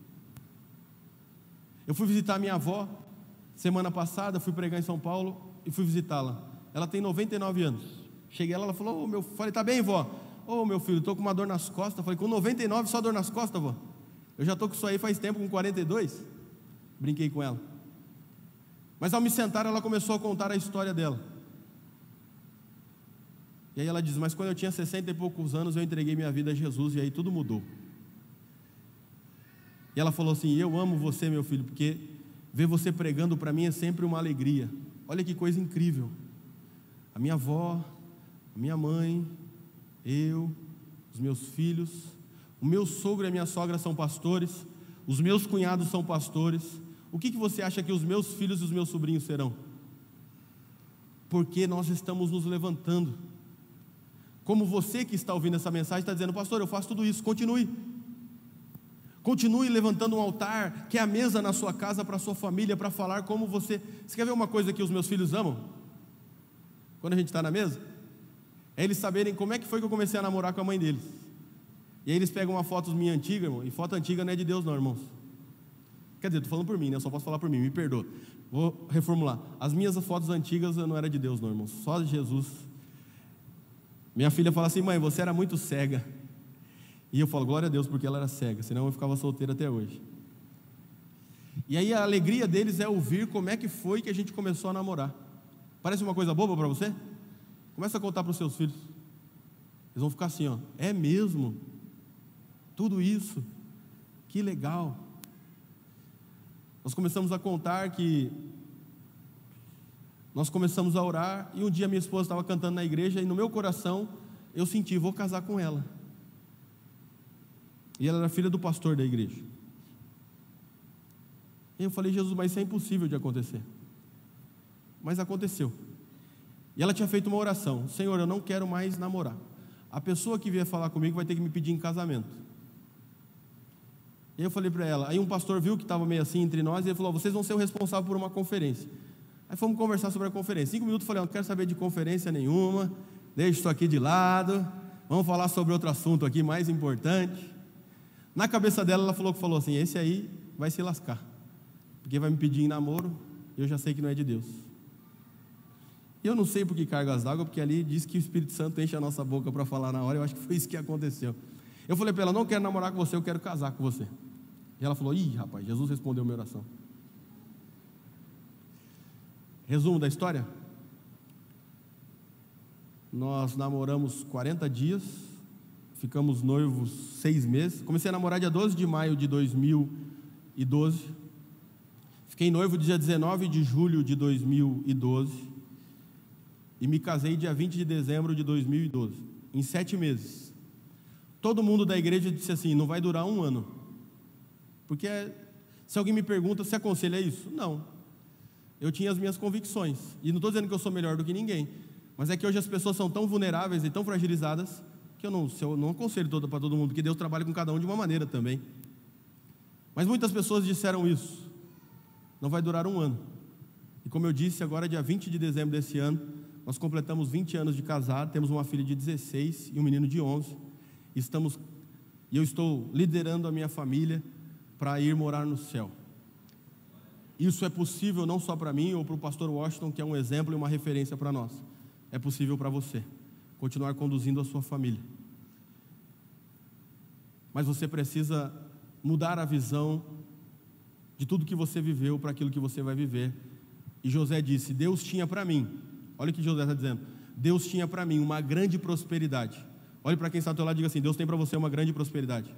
Eu fui visitar a minha avó semana passada, fui pregar em São Paulo e fui visitá-la. Ela tem 99 anos. Cheguei lá, ela falou: falei, tá bem, vó? Meu filho, estou com uma dor nas costas. Falei, com 99 só dor nas costas, vó? Eu já estou com isso aí faz tempo, com 42. Brinquei com ela. Mas ao me sentar, ela começou a contar a história dela. E aí ela diz: mas quando eu tinha 60 e poucos anos, eu entreguei minha vida a Jesus, e aí tudo mudou. E ela falou assim: eu amo você, meu filho, porque ver você pregando para mim é sempre uma alegria. Olha que coisa incrível. A minha avó, a minha mãe, eu, os meus filhos, o meu sogro e a minha sogra são pastores, os meus cunhados são pastores. O que você acha que os meus filhos e os meus sobrinhos serão? Porque nós estamos nos levantando. Como você que está ouvindo essa mensagem está dizendo: pastor, eu faço tudo isso. Continue levantando um altar, que é a mesa na sua casa para a sua família, para falar como você quer ver uma coisa que os meus filhos amam? Quando a gente está na mesa, é eles saberem como é que foi que eu comecei a namorar com a mãe deles. E aí eles pegam uma foto minha antiga, irmão, e foto antiga não é de Deus não, irmãos. Quer dizer, estou falando por mim, né? Eu só posso falar por mim, me perdoa. Vou reformular. As minhas fotos antigas não era de Deus não, irmãos, só de Jesus. Minha filha fala assim: mãe, você era muito cega. E eu falo: glória a Deus, porque ela era cega, senão eu ficava solteiro até hoje. E aí a alegria deles é ouvir como é que foi que a gente começou a namorar. Parece uma coisa boba para você? Começa a contar para os seus filhos. Eles vão ficar assim, ó, é mesmo? Tudo isso? Que legal. Nós começamos a contar que nós começamos a orar, e um dia minha esposa estava cantando na igreja, e no meu coração eu senti, vou casar com ela. E ela era filha do pastor da igreja. E eu falei, Jesus, mas isso é impossível de acontecer. Mas aconteceu. E ela tinha feito uma oração, Senhor, eu não quero mais namorar. A pessoa que vier falar comigo vai ter que me pedir em casamento. E eu falei para ela, aí um pastor viu que estava meio assim entre nós, e ele falou, vocês vão ser o responsável por uma conferência. Aí fomos conversar sobre a conferência. 5 minutos eu falei, não quero saber de conferência nenhuma, deixa isso aqui de lado, vamos falar sobre outro assunto aqui mais importante. Na cabeça dela, ela falou assim, esse aí vai se lascar, porque vai me pedir em namoro, eu já sei que não é de Deus. E eu não sei por que cargas d'água, porque ali diz que o Espírito Santo enche a nossa boca para falar na hora, eu acho que foi isso que aconteceu. Eu falei para ela, não quero namorar com você, eu quero casar com você. E ela falou, ih rapaz, Jesus respondeu minha oração. Resumo da história: nós namoramos 40 dias, ficamos noivos 6 meses. Comecei a namorar dia 12 de maio de 2012. Fiquei noivo dia 19 de julho de 2012. E me casei dia 20 de dezembro de 2012. Em 7 meses. Todo mundo da igreja disse assim, não vai durar 1 ano. Porque se alguém me pergunta, você aconselha isso? Não. Eu tinha as minhas convicções. E não estou dizendo que eu sou melhor do que ninguém. Mas é que hoje as pessoas são tão vulneráveis e tão fragilizadas que eu não aconselho para todo mundo, porque Deus trabalha com cada um de uma maneira também. Mas muitas pessoas disseram isso. Não vai durar 1 ano. E como eu disse, agora dia 20 de dezembro desse ano, nós completamos 20 anos de casado, temos uma filha de 16 e um menino de 11. E eu estou liderando a minha família para ir morar no céu. Isso é possível não só para mim ou para o pastor Washington, que é um exemplo e uma referência para nós. É possível para você continuar conduzindo a sua família. Mas você precisa mudar a visão de tudo que você viveu para aquilo que você vai viver. E José disse, Deus tinha para mim, olha o que José está dizendo, Deus tinha para mim uma grande prosperidade. Olhe para quem está ao teu lado e diga assim, Deus tem para você uma grande prosperidade.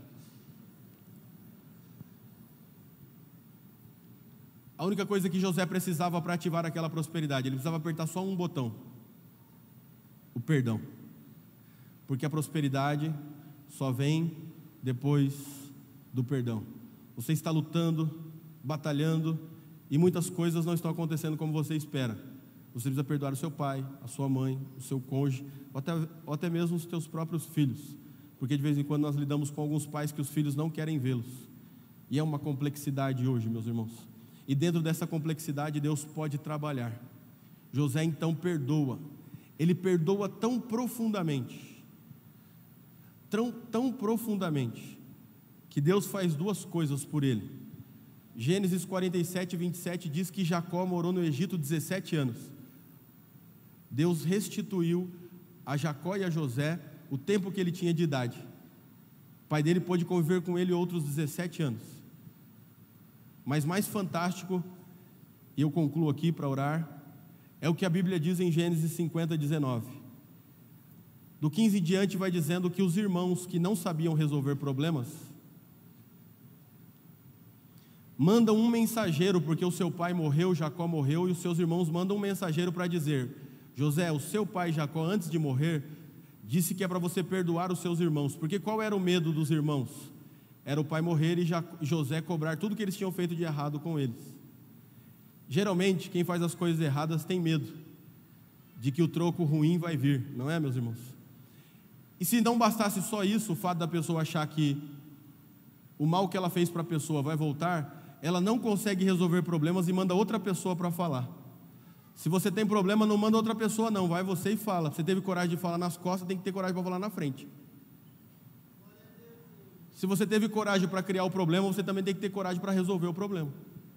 A única coisa que José precisava para ativar aquela prosperidade, ele precisava apertar só um botão, o perdão. Porque a prosperidade só vem depois do perdão. Você está lutando, batalhando, e muitas coisas não estão acontecendo como você espera. Você precisa perdoar o seu pai, a sua mãe, o seu cônjuge, ou até mesmo os seus próprios filhos. Porque de vez em quando nós lidamos com alguns pais que os filhos não querem vê-los. E é uma complexidade hoje, meus irmãos. E dentro dessa complexidade Deus pode trabalhar. José então perdoa. Ele perdoa tão profundamente, tão profundamente, que Deus faz 2 coisas por ele. Gênesis 47, 27 diz que Jacó morou no Egito 17 anos. Deus restituiu a Jacó e a José o tempo que ele tinha de idade. O pai dele pôde conviver com ele outros 17 anos. Mas mais fantástico, e eu concluo aqui para orar, é o que a Bíblia diz em Gênesis 50, 19. Do 15 em diante vai dizendo que os irmãos que não sabiam resolver problemas mandam um mensageiro, porque o seu pai morreu, Jacó morreu, e os seus irmãos mandam um mensageiro para dizer, José, o seu pai Jacó, antes de morrer, disse que é para você perdoar os seus irmãos. Porque qual era o medo dos irmãos? Era o pai morrer e José cobrar tudo que eles tinham feito de errado com eles. Geralmente, quem faz as coisas erradas tem medo de que o troco ruim vai vir, não é, meus irmãos? E se não bastasse só isso, o fato da pessoa achar que o mal que ela fez para a pessoa vai voltar, ela não consegue resolver problemas e manda outra pessoa para falar. Se você tem problema, não manda outra pessoa não, vai você e fala. Você teve coragem de falar nas costas, tem que ter coragem para falar na frente. Se você teve coragem para criar o problema, você também tem que ter coragem para resolver o problema.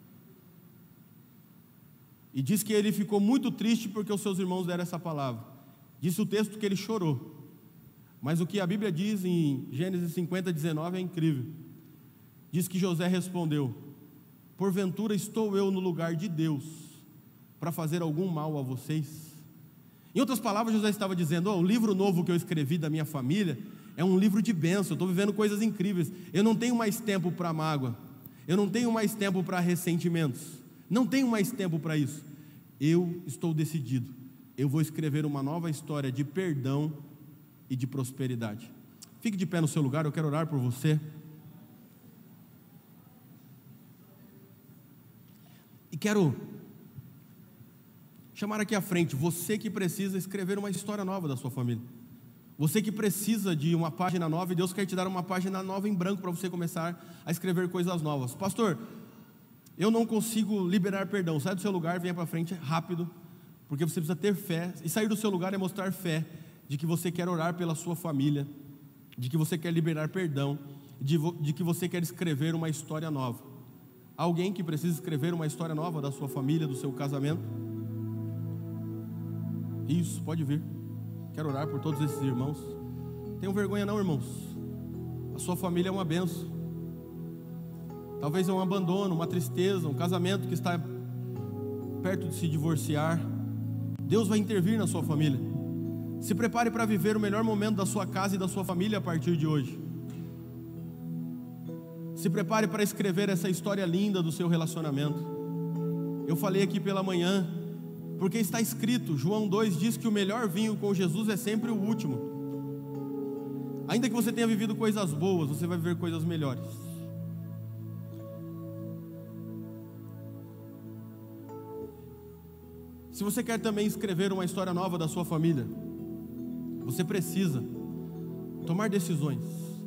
E diz que ele ficou muito triste porque os seus irmãos deram essa palavra. Disse o texto que ele chorou. Mas o que a Bíblia diz em Gênesis 50, 19 é incrível. Diz que José respondeu, porventura estou eu no lugar de Deus para fazer algum mal a vocês? Em outras palavras, José estava dizendo: o livro novo que eu escrevi da minha família é um livro de bênção, eu estou vivendo coisas incríveis, eu não tenho mais tempo para mágoa, eu não tenho mais tempo para ressentimentos, não tenho mais tempo para isso. Eu estou decidido, eu vou escrever uma nova história de perdão e de prosperidade. Fique de pé no seu lugar, eu quero orar por você. E quero chamar aqui à frente você que precisa escrever uma história nova da sua família. Você que precisa de uma página nova, e Deus quer te dar uma página nova em branco para você começar a escrever coisas novas. Pastor, eu não consigo liberar perdão. Sai do seu lugar, venha para frente rápido, porque você precisa ter fé. E sair do seu lugar é mostrar fé de que você quer orar pela sua família, de que você quer liberar perdão, de que você quer escrever uma história nova. Alguém que precisa escrever uma história nova da sua família, do seu casamento? Isso, pode vir. Quero orar por todos esses irmãos. Tenham vergonha não, irmãos. A sua família é uma bênção. Talvez é um abandono, uma tristeza, um casamento que está perto de se divorciar. Deus vai intervir na sua família. Se prepare para viver o melhor momento da sua casa e da sua família a partir de hoje. Se prepare para escrever essa história linda do seu relacionamento. Eu falei aqui pela manhã, porque está escrito, João 2 diz que o melhor vinho com Jesus é sempre o último. Ainda que você tenha vivido coisas boas, você vai viver coisas melhores. Se você quer também escrever uma história nova da sua família, você precisa tomar decisões.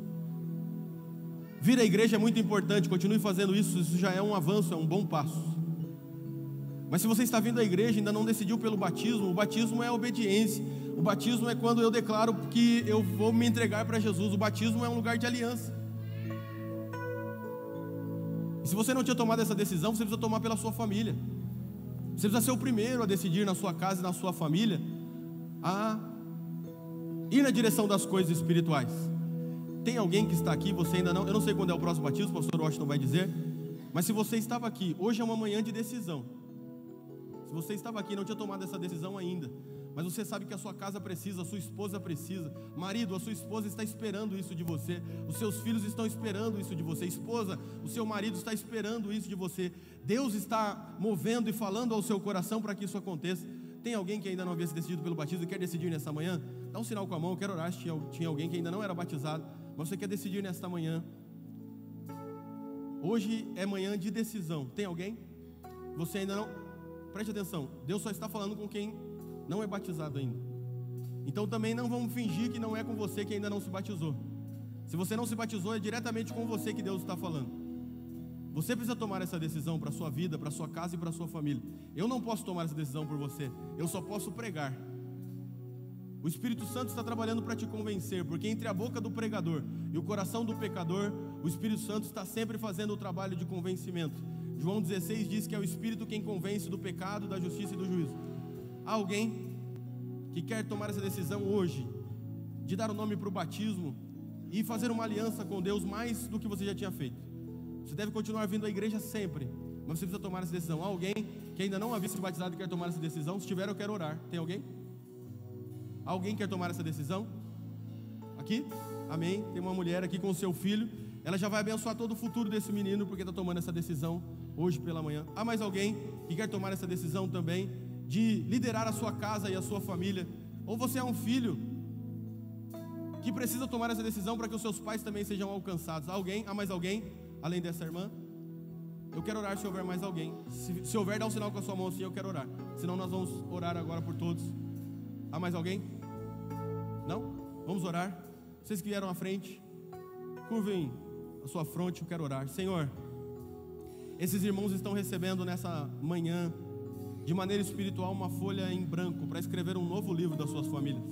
Vir à igreja é muito importante, continue fazendo isso, isso já é um avanço, é um bom passo. Mas se você está vindo à igreja e ainda não decidiu pelo batismo, o batismo é obediência. O batismo é quando eu declaro que eu vou me entregar para Jesus. O batismo é um lugar de aliança. E se você não tinha tomado essa decisão, você precisa tomar pela sua família. Você precisa ser o primeiro a decidir na sua casa e na sua família a ir na direção das coisas espirituais. Tem alguém que está aqui, você ainda não... Eu não sei quando é o próximo batismo, o pastor Washington vai dizer. Mas se você estava aqui, hoje é uma manhã de decisão. Se você estava aqui e não tinha tomado essa decisão ainda, mas você sabe que a sua casa precisa, a sua esposa precisa, marido, a sua esposa está esperando isso de você, os seus filhos estão esperando isso de você, esposa, o seu marido está esperando isso de você, Deus está movendo e falando ao seu coração para que isso aconteça. Tem alguém que ainda não havia se decidido pelo batismo e quer decidir nessa manhã? Dá um sinal com a mão, eu quero orar. Tinha alguém que ainda não era batizado, mas você quer decidir nesta manhã. Hoje é manhã de decisão. Tem alguém? Você ainda não... Preste atenção, Deus só está falando com quem não é batizado ainda. Então também não vamos fingir que não é com você que ainda não se batizou. Se você não se batizou, é diretamente com você que Deus está falando. Você precisa tomar essa decisão para a sua vida, para a sua casa e para a sua família. Eu não posso tomar essa decisão por você, eu só posso pregar. O Espírito Santo está trabalhando para te convencer, porque entre a boca do pregador e o coração do pecador, o Espírito Santo está sempre fazendo o trabalho de convencimento. João 16 diz que é o Espírito quem convence do pecado, da justiça e do juízo. Há alguém que quer tomar essa decisão hoje, de dar o nome para o batismo e fazer uma aliança com Deus mais do que você já tinha feito. Você deve continuar vindo à igreja sempre, mas você precisa tomar essa decisão. Há alguém que ainda não havia se batizado e quer tomar essa decisão? Se tiver, eu quero orar. Tem alguém? Alguém quer tomar essa decisão? Aqui? Amém. Tem uma mulher aqui com o seu filho. Ela já vai abençoar todo o futuro desse menino, porque está tomando essa decisão hoje pela manhã. Há mais alguém que quer tomar essa decisão também, de liderar a sua casa e a sua família? Ou você é um filho que precisa tomar essa decisão para que os seus pais também sejam alcançados? Alguém? Há mais alguém, além dessa irmã? Eu quero orar se houver mais alguém. Se houver, dá um sinal com a sua mão assim, eu quero orar. Senão nós vamos orar agora por todos. Há mais alguém? Não? Vamos orar. Vocês que vieram à frente, curvem a sua fronte, eu quero orar. Senhor, esses irmãos estão recebendo nessa manhã, de maneira espiritual, uma folha em branco para escrever um novo livro das suas famílias.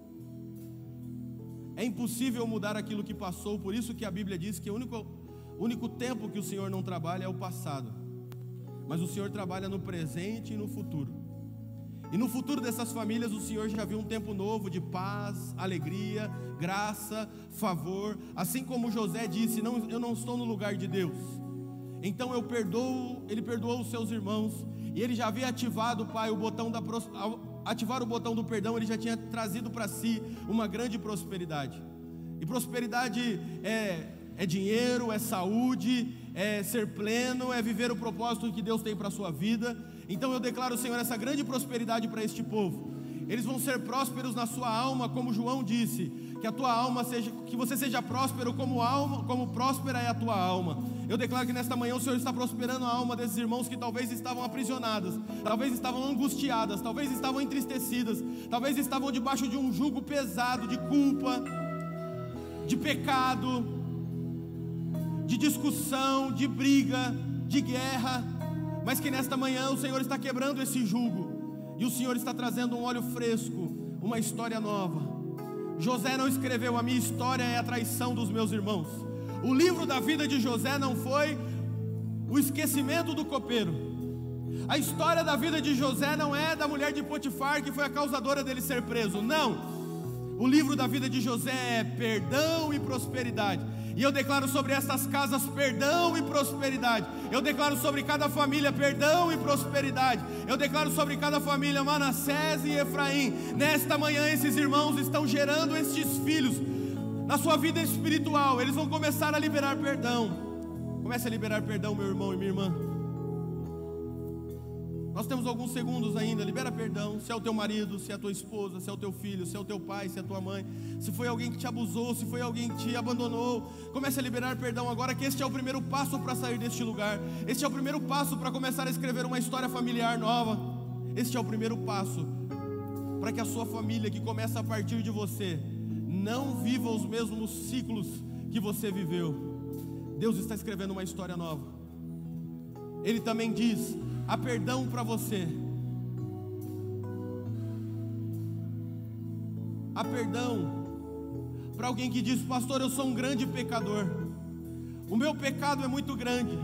É impossível mudar aquilo que passou, por isso que a Bíblia diz que o único tempo que o Senhor não trabalha é o passado, mas o Senhor trabalha no presente e no futuro. E no futuro dessas famílias o Senhor já viu um tempo novo de paz, alegria, graça, favor. Assim como José disse, eu não estou no lugar de Deus, então ele perdoou os seus irmãos. E ele já havia ativado, Pai, o botão ativar o botão do perdão, ele já tinha trazido para si uma grande prosperidade. E prosperidade é dinheiro, é saúde, é ser pleno, é viver o propósito que Deus tem para a sua vida. Então eu declaro, Senhor, essa grande prosperidade para este povo. Eles vão ser prósperos na sua alma, como João disse, que a tua alma seja, que você seja próspero como próspera é a tua alma. Eu declaro que nesta manhã o Senhor está prosperando a alma desses irmãos que talvez estavam aprisionadas, talvez estavam angustiadas, talvez estavam entristecidas, talvez estavam debaixo de um jugo pesado de culpa, de pecado, de discussão, de briga, de guerra, mas que nesta manhã o Senhor está quebrando esse jugo, e o Senhor está trazendo um óleo fresco, uma história nova. José não escreveu: a minha história é a traição dos meus irmãos. O livro da vida de José não foi o esquecimento do copeiro. A história da vida de José não é da mulher de Potifar, que foi a causadora dele ser preso. Não. O livro da vida de José é perdão e prosperidade. E eu declaro sobre essas casas perdão e prosperidade. Eu declaro sobre cada família perdão e prosperidade. Eu declaro sobre cada família Manassés e Efraim. Nesta manhã esses irmãos estão gerando estes filhos na sua vida espiritual. Eles vão começar a liberar perdão. Comece a liberar perdão, meu irmão e minha irmã. Nós temos alguns segundos ainda. Libera perdão. Se é o teu marido, se é a tua esposa, se é o teu filho, se é o teu pai, se é a tua mãe, se foi alguém que te abusou, se foi alguém que te abandonou, comece a liberar perdão agora, que este é o primeiro passo para sair deste lugar. Este é o primeiro passo para começar a escrever uma história familiar nova. Este é o primeiro passo para que a sua família, que começa a partir de você, não viva os mesmos ciclos que você viveu. Deus está escrevendo uma história nova. Ele também diz: há perdão para você. Há perdão para alguém que diz: pastor, eu sou um grande pecador, o meu pecado é muito grande.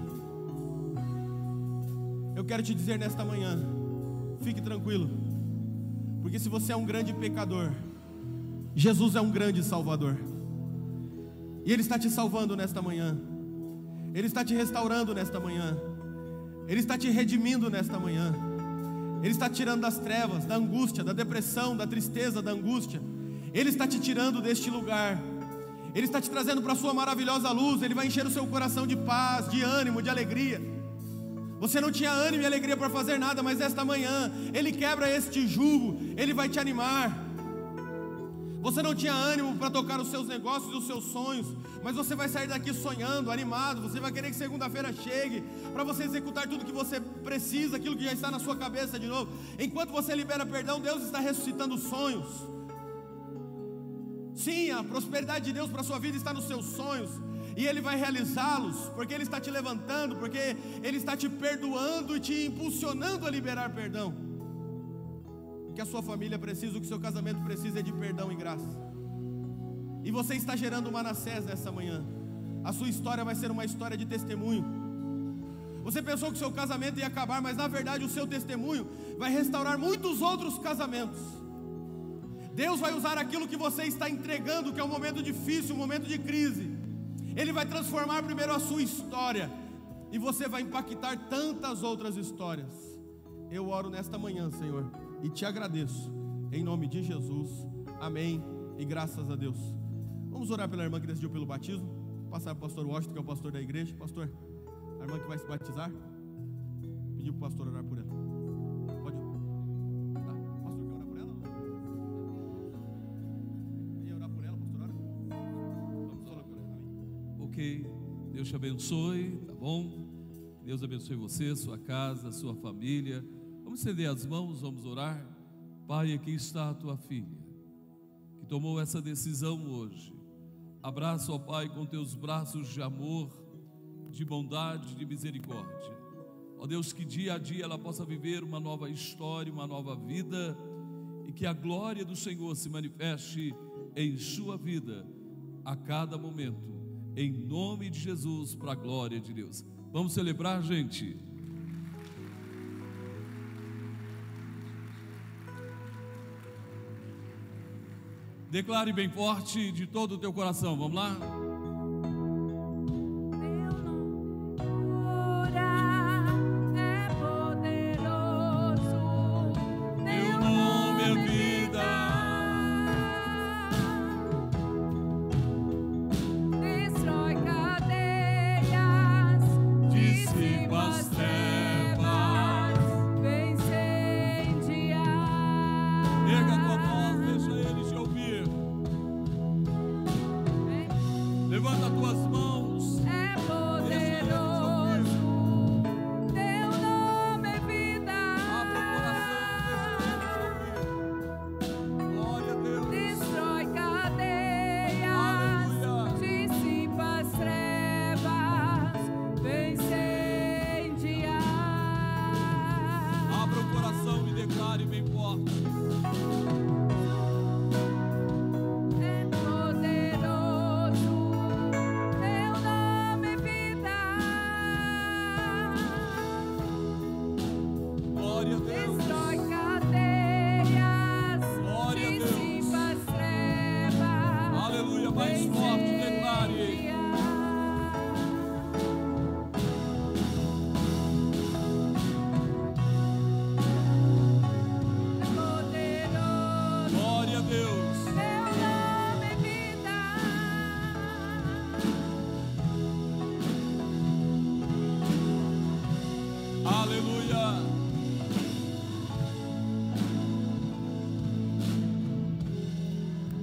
Eu quero te dizer nesta manhã, fique tranquilo, porque se você é um grande pecador, Jesus é um grande Salvador, e Ele está te salvando nesta manhã, Ele está te restaurando nesta manhã, Ele está te redimindo nesta manhã, Ele está tirando das trevas, da angústia, da depressão, da tristeza, da angústia. Ele está te tirando deste lugar, Ele está te trazendo para a sua maravilhosa luz. Ele vai encher o seu coração de paz, de ânimo, de alegria. Você não tinha ânimo e alegria para fazer nada, mas esta manhã Ele quebra este jugo, Ele vai te animar. Você não tinha ânimo para tocar os seus negócios e os seus sonhos, mas você vai sair daqui sonhando, animado. Você vai querer que segunda-feira chegue para você executar tudo que você precisa, aquilo que já está na sua cabeça de novo. Enquanto você libera perdão, Deus está ressuscitando sonhos. Sim, a prosperidade de Deus para a sua vida está nos seus sonhos, e Ele vai realizá-los, porque Ele está te levantando, porque Ele está te perdoando e te impulsionando a liberar perdão. O que a sua família precisa, o que o seu casamento precisa é de perdão e graça. E você está gerando Manassés nessa manhã. A sua história vai ser uma história de testemunho. Você pensou que o seu casamento ia acabar, mas na verdade o seu testemunho vai restaurar muitos outros casamentos. Deus vai usar aquilo que você está entregando, que é um momento difícil, um momento de crise. Ele vai transformar primeiro a sua história, e você vai impactar tantas outras histórias. Eu oro nesta manhã, Senhor, e te agradeço, em nome de Jesus, amém, e graças a Deus. Vamos orar pela irmã que decidiu pelo batismo. Passar para o pastor Washington, que é o pastor da igreja. Pastor, a irmã que vai se batizar, pediu para o pastor orar por ela. Pode ir. Tá, pastor, quer orar por ela? Quer orar por ela, pastor? Ora? Vamos orar por ela, amém. Ok, Deus te abençoe, tá bom? Deus abençoe você, sua casa, sua família. Vamos estender as mãos, vamos orar. Pai, aqui está a tua filha, que tomou essa decisão hoje. Abraça, ó Pai, com teus braços de amor, de bondade, de misericórdia. Ó Deus, que dia a dia ela possa viver uma nova história, uma nova vida, e que a glória do Senhor se manifeste em sua vida a cada momento, em nome de Jesus, para a glória de Deus. Vamos celebrar, gente? Declare bem forte de todo o teu coração, vamos lá? Teu nome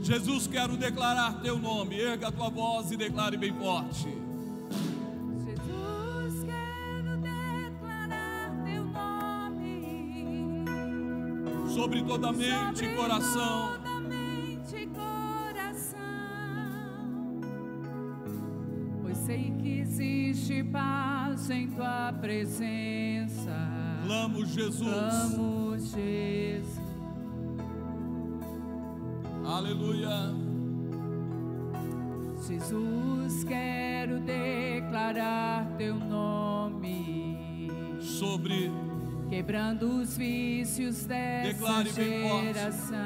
Jesus, quero declarar teu nome. Erga a tua voz e declare bem forte. Jesus, quero declarar teu nome Sobre toda mente e coração. toda mente e coração. Pois sei que existe paz em tua presença. Clamo, Jesus. Clamo, Jesus. Aleluia. Jesus, quero declarar teu nome, Sobre, quebrando os vícios dessa Declare bem forte. geração.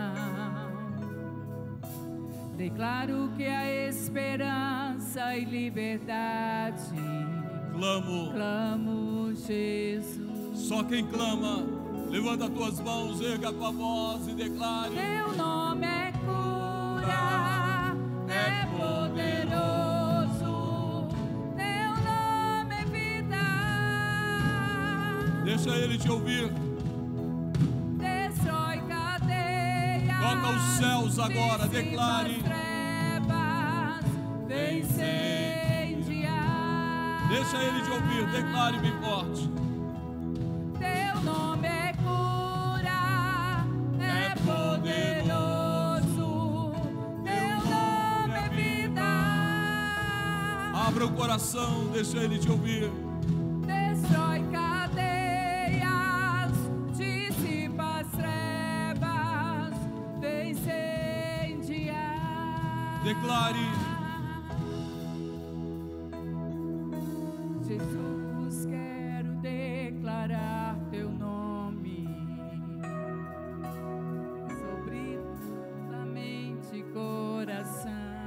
Declaro que há esperança e liberdade. clamo. Clamo, Jesus. Só quem clama, levanta as tuas mãos, erga a tua voz e declare. Teu nome é cura, é poderoso. Teu nome é vida. Deixa ele te ouvir. Destrói cadeias. Toca os céus agora, dissipa declare. as trevas, vem incendiar. Deixa ele te ouvir, declare bem forte. Teu nome é cura, é poderoso. Teu nome é vida. Abra o coração, deixa ele te ouvir. Destrói cadeias, dissipa as trevas, vem incendiar. Declare. Jesus, quero declarar teu nome sobre toda mente e coração.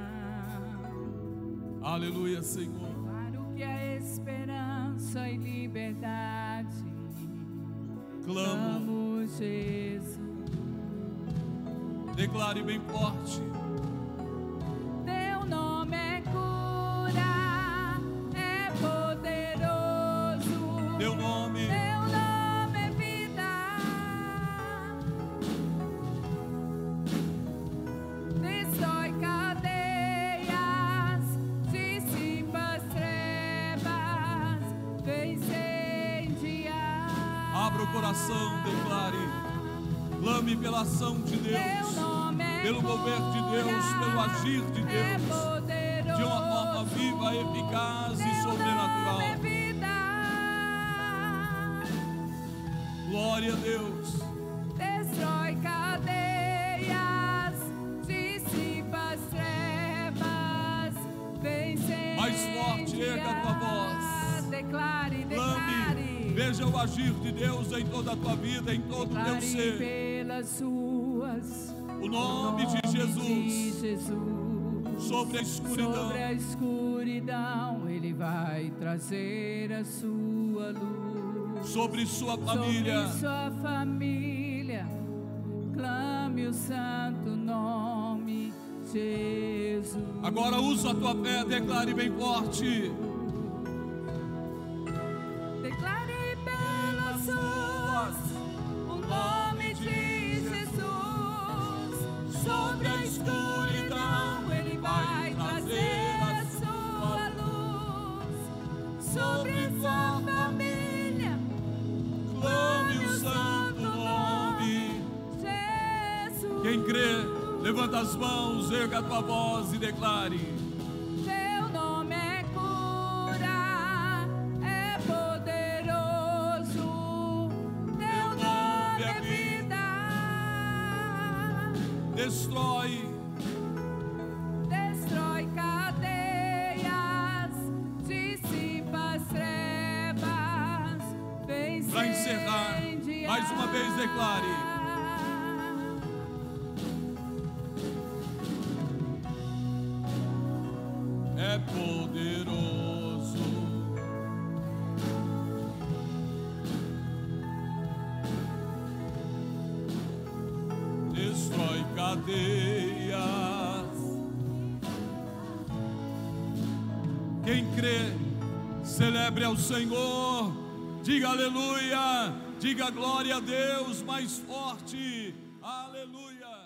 Aleluia, Senhor. Claro que há esperança e liberdade. Clamo. Clamo, Jesus. Declare bem forte. Teu nome é cura, é poderoso. Teu nome. Teu nome é vida. Destrói cadeias, dissipa as trevas, vem incendiar. Abra o coração, declare. Clame pela ação de Teu Deus, nome é pelo mover de Deus, pelo agir de é Deus, poderoso. de uma forma viva, eficaz e Teu sobrenatural. nome é vida. Glória a Deus. Destrói cadeias, dissipa as trevas, vem incendiar. Mais forte, erga a tua voz. Declare, Clame, declare. veja o agir de Deus em toda a tua vida, em todo o teu Declare ser. pelas ruas O nome de Jesus sobre a escuridão. Sobre a escuridão, Ele vai trazer a sua luz. Sobre sua família. Sobre sua família, clame o santo nome, Jesus. Agora usa a tua fé, declare bem forte. Declare pelas ruas o nome de Jesus. Sobre a escuridão, Ele vai trazer a sua luz. Sobre sua família, Clame o santo nome. Jesus. Quem crê, levanta as mãos, erga a tua voz e declare. Teu nome é cura, é poderoso. Teu nome é vida. Destrói. Destrói cadeias, dissipa as trevas, vem Para encerrar, mais uma vez declare. É poderoso. Destrói cadeias. Quem crê, celebre ao Senhor. Diga aleluia. Diga glória a Deus mais forte. Aleluia.